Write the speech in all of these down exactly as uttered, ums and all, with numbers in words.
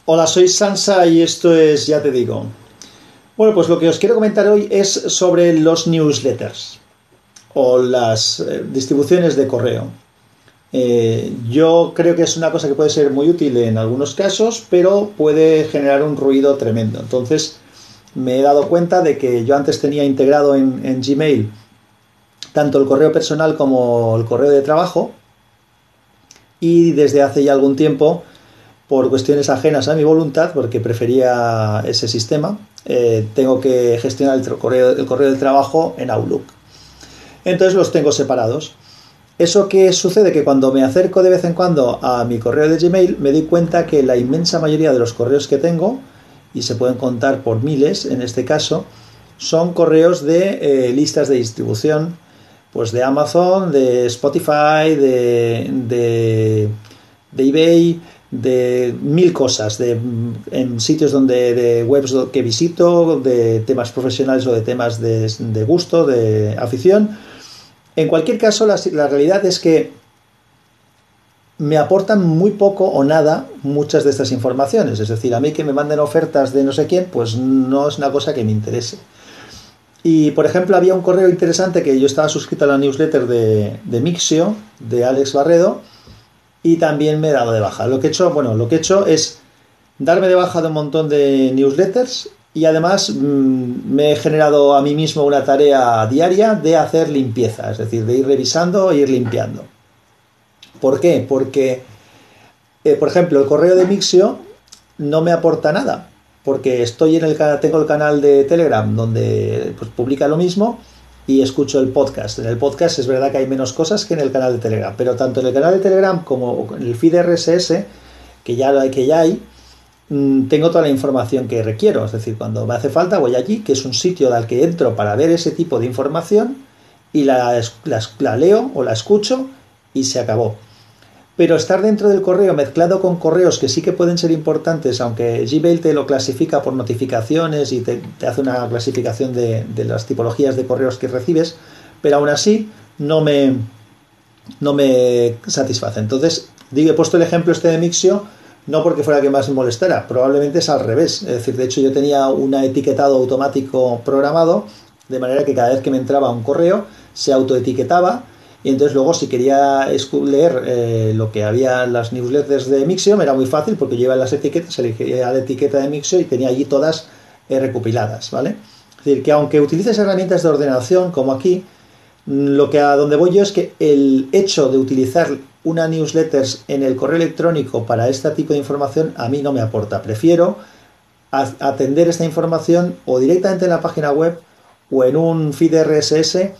Hola, soy Sansa y esto es Ya Te Digo. Bueno, pues lo que os quiero comentar hoy es sobre los newsletters o las eh, distribuciones de correo. Eh, yo creo que es una cosa que puede ser muy útil en algunos casos, pero puede generar un ruido tremendo. Entonces me he dado cuenta de que yo antes tenía integrado en, en Gmail tanto el correo personal como el correo de trabajo, y desde hace ya algún tiempo, por cuestiones ajenas a mi voluntad, porque prefería ese sistema, eh, tengo que gestionar el correo, el correo del trabajo en Outlook. Entonces los tengo separados. ¿Eso qué sucede? Que cuando me acerco de vez en cuando a mi correo de Gmail, me doy cuenta que la inmensa mayoría de los correos que tengo, y se pueden contar por miles en este caso, son correos de eh, listas de distribución, pues de Amazon, de Spotify, de, de, de eBay, de mil cosas, de, en sitios donde, de webs que visito, de temas profesionales o de temas de, de gusto, de afición. En cualquier caso, la, la realidad es que me aportan muy poco o nada muchas de estas informaciones. Es decir, a mí que me manden ofertas de no sé quién, pues no es una cosa que me interese. Y, por ejemplo, había un correo interesante que yo estaba suscrito a la newsletter de, de Mixio, de Alex Barredo, y también me he dado de baja. Lo que he hecho, bueno, lo que he hecho es darme de baja de un montón de newsletters y además mmm, me he generado a mí mismo una tarea diaria de hacer limpieza, es decir, de ir revisando e ir limpiando. ¿Por qué? Porque, eh, por ejemplo, el correo de Mixio no me aporta nada, porque estoy en el tengo el canal de Telegram donde pues, publica lo mismo, y escucho el podcast. En el podcast es verdad que hay menos cosas que en el canal de Telegram, pero tanto en el canal de Telegram como en el feed R S S que ya, que ya hay, mmm, tengo toda la información que requiero. Es decir, cuando me hace falta voy allí, que es un sitio al que entro para ver ese tipo de información, y la, la, la leo o la escucho y se acabó. Pero estar dentro del correo mezclado con correos que sí que pueden ser importantes, aunque Gmail te lo clasifica por notificaciones y te, te hace una clasificación de, de las tipologías de correos que recibes, pero aún así no me, no me satisface. Entonces, digo, he puesto el ejemplo este de Mixio no porque fuera que más me molestara, probablemente es al revés. Es decir, de hecho yo tenía un etiquetado automático programado, de manera que cada vez que me entraba un correo se autoetiquetaba. Y entonces luego si quería leer eh, lo que había en las newsletters de Mixio, me era muy fácil porque yo iba en las etiquetas, elegía la etiqueta de Mixio y tenía allí todas eh, recopiladas, ¿vale? Es decir, que aunque utilices herramientas de ordenación como aquí, lo que a donde voy yo es que el hecho de utilizar una newsletter en el correo electrónico para este tipo de información a mí no me aporta. Prefiero atender esta información o directamente en la página web o en un feed R S S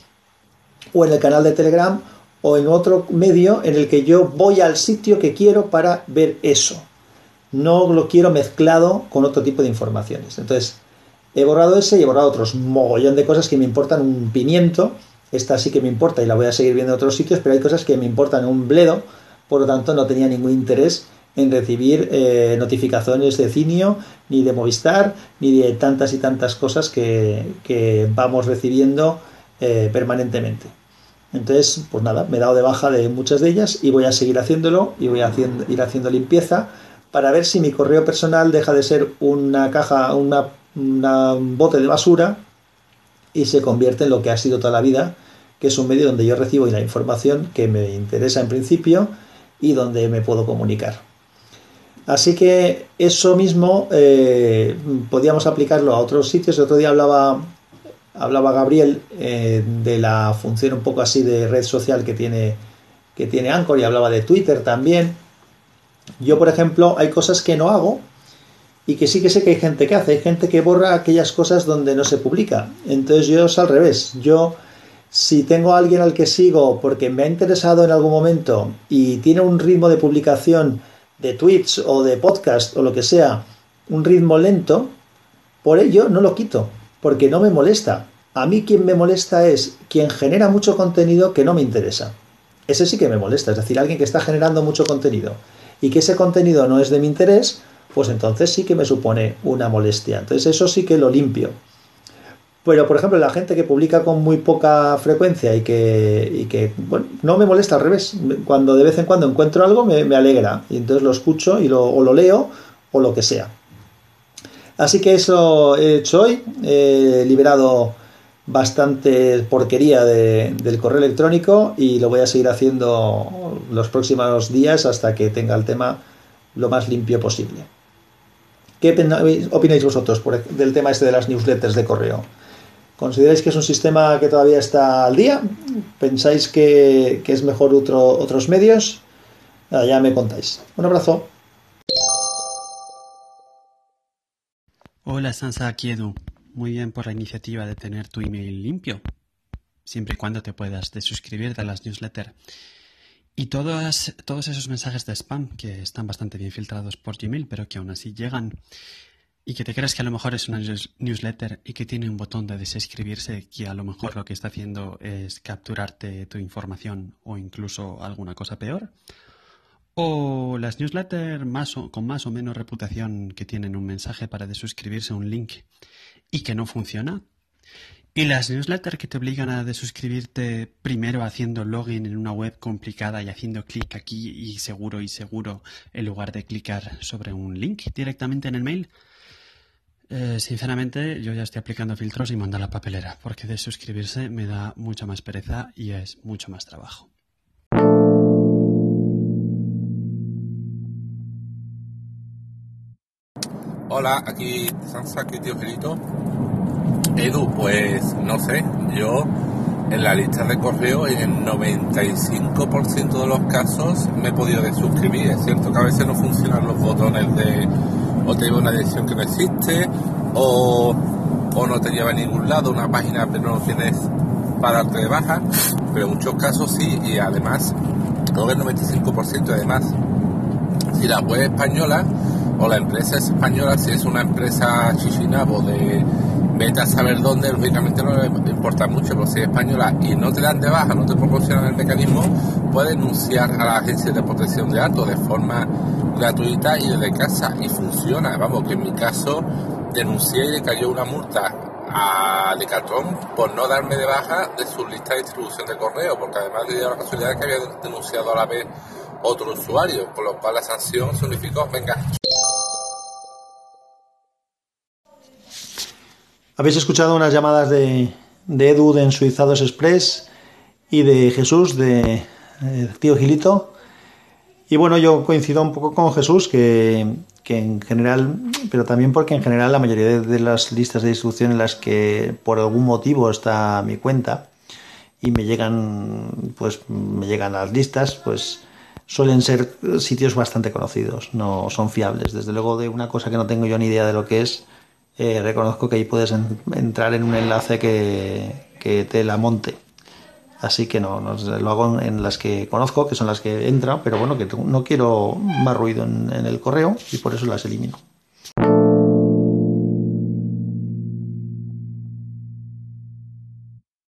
o en el canal de Telegram o en otro medio en el que yo voy al sitio que quiero para ver eso. No lo quiero mezclado con otro tipo de informaciones. Entonces, he borrado ese y he borrado otros mogollón de cosas que me importan un pimiento. Esta sí que me importa y la voy a seguir viendo en otros sitios, pero hay cosas que me importan un bledo, por lo tanto no tenía ningún interés en recibir eh, notificaciones de Cinio, ni de Movistar, ni de tantas y tantas cosas que, que vamos recibiendo eh, permanentemente. Entonces, pues nada, me he dado de baja de muchas de ellas y voy a seguir haciéndolo y voy a haciendo, ir haciendo limpieza para ver si mi correo personal deja de ser una caja, una, una un bote de basura y se convierte en lo que ha sido toda la vida, que es un medio donde yo recibo la información que me interesa en principio y donde me puedo comunicar. Así que eso mismo eh, podíamos aplicarlo a otros sitios. El otro día hablaba... Hablaba Gabriel eh, de la función un poco así de red social que tiene, que tiene Anchor, y hablaba de Twitter también. Yo, por ejemplo, hay cosas que no hago y que sí que sé que hay gente que hace. Hay gente que borra aquellas cosas donde no se publica. Entonces yo es al revés. Yo, si tengo a alguien al que sigo porque me ha interesado en algún momento y tiene un ritmo de publicación de tweets o de podcast o lo que sea, un ritmo lento, por ello no lo quito, porque no me molesta. A mí quien me molesta es quien genera mucho contenido que no me interesa. Ese sí que me molesta, es decir, alguien que está generando mucho contenido y que ese contenido no es de mi interés, pues entonces sí que me supone una molestia. Entonces eso sí que lo limpio. Pero, por ejemplo, la gente que publica con muy poca frecuencia y que, y que bueno, no me molesta, al revés. Cuando de vez en cuando encuentro algo me, me alegra y entonces lo escucho y lo, o lo leo o lo que sea. Así que eso he hecho hoy. He liberado bastante porquería de, del correo electrónico y lo voy a seguir haciendo los próximos días hasta que tenga el tema lo más limpio posible. ¿Qué opináis vosotros por, del tema este de las newsletters de correo? ¿Consideráis que es un sistema que todavía está al día? ¿Pensáis que, que es mejor otro, otros medios? Nada, ya me contáis. Un abrazo. Hola Sansa, aquí Edu. Muy bien por la iniciativa de tener tu email limpio, siempre y cuando te puedas desuscribir de las newsletters. Y todos, todos esos mensajes de spam que están bastante bien filtrados por Gmail, pero que aún así llegan, y que te crees que a lo mejor es una newsletter y que tiene un botón de desuscribirse que a lo mejor lo que está haciendo es capturarte tu información o incluso alguna cosa peor. O las newsletters más o, con más o menos reputación que tienen un mensaje para desuscribirse a un link y que no funciona. Y las newsletters que te obligan a desuscribirte primero haciendo login en una web complicada y haciendo clic aquí y seguro y seguro en lugar de clicar sobre un link directamente en el mail. Eh, sinceramente yo ya estoy aplicando filtros y mando a la papelera porque desuscribirse me da mucha más pereza y es mucho más trabajo. Hola, aquí Sansa, aquí tío Gelito. Edu, pues no sé, yo en la lista de correo en el noventa y cinco por ciento de los casos me he podido desuscribir. Es cierto que a veces no funcionan los botones de o te lleva una dirección que no existe o, o no te lleva a ningún lado, una página pero no tienes para darte de baja, pero en muchos casos sí, y además creo que el noventa y cinco por ciento además si la web es española o la empresa es española, si es una empresa chichinabo de vete a saber dónde, lógicamente no le importa mucho, pero si es española y no te dan de baja, no te proporcionan el mecanismo, puedes denunciar a la agencia de protección de datos de forma gratuita y desde casa, y funciona. Vamos, que en mi caso denuncié y le cayó una multa a Decathlon por no darme de baja de su lista de distribución de correo, porque además le dio la casualidad de que había denunciado a la vez otro usuario, con lo cual la sanción se unificó. Venga. Habéis escuchado unas llamadas de, de Edu de Ensuizados Express y de Jesús de eh, Tío Gilito. Y bueno, yo coincido un poco con Jesús, que, que en general, pero también porque en general la mayoría de, de las listas de distribución en las que por algún motivo está mi cuenta y me llegan, pues me llegan las listas, pues suelen ser sitios bastante conocidos, no son fiables. Desde luego, de una cosa que no tengo yo ni idea de lo que es, Eh, reconozco que ahí puedes en, entrar en un enlace que, que te la monte. Así que no, no, lo hago en, en las que conozco, que son las que entran, pero bueno, que no quiero más ruido en, en el correo y por eso las elimino.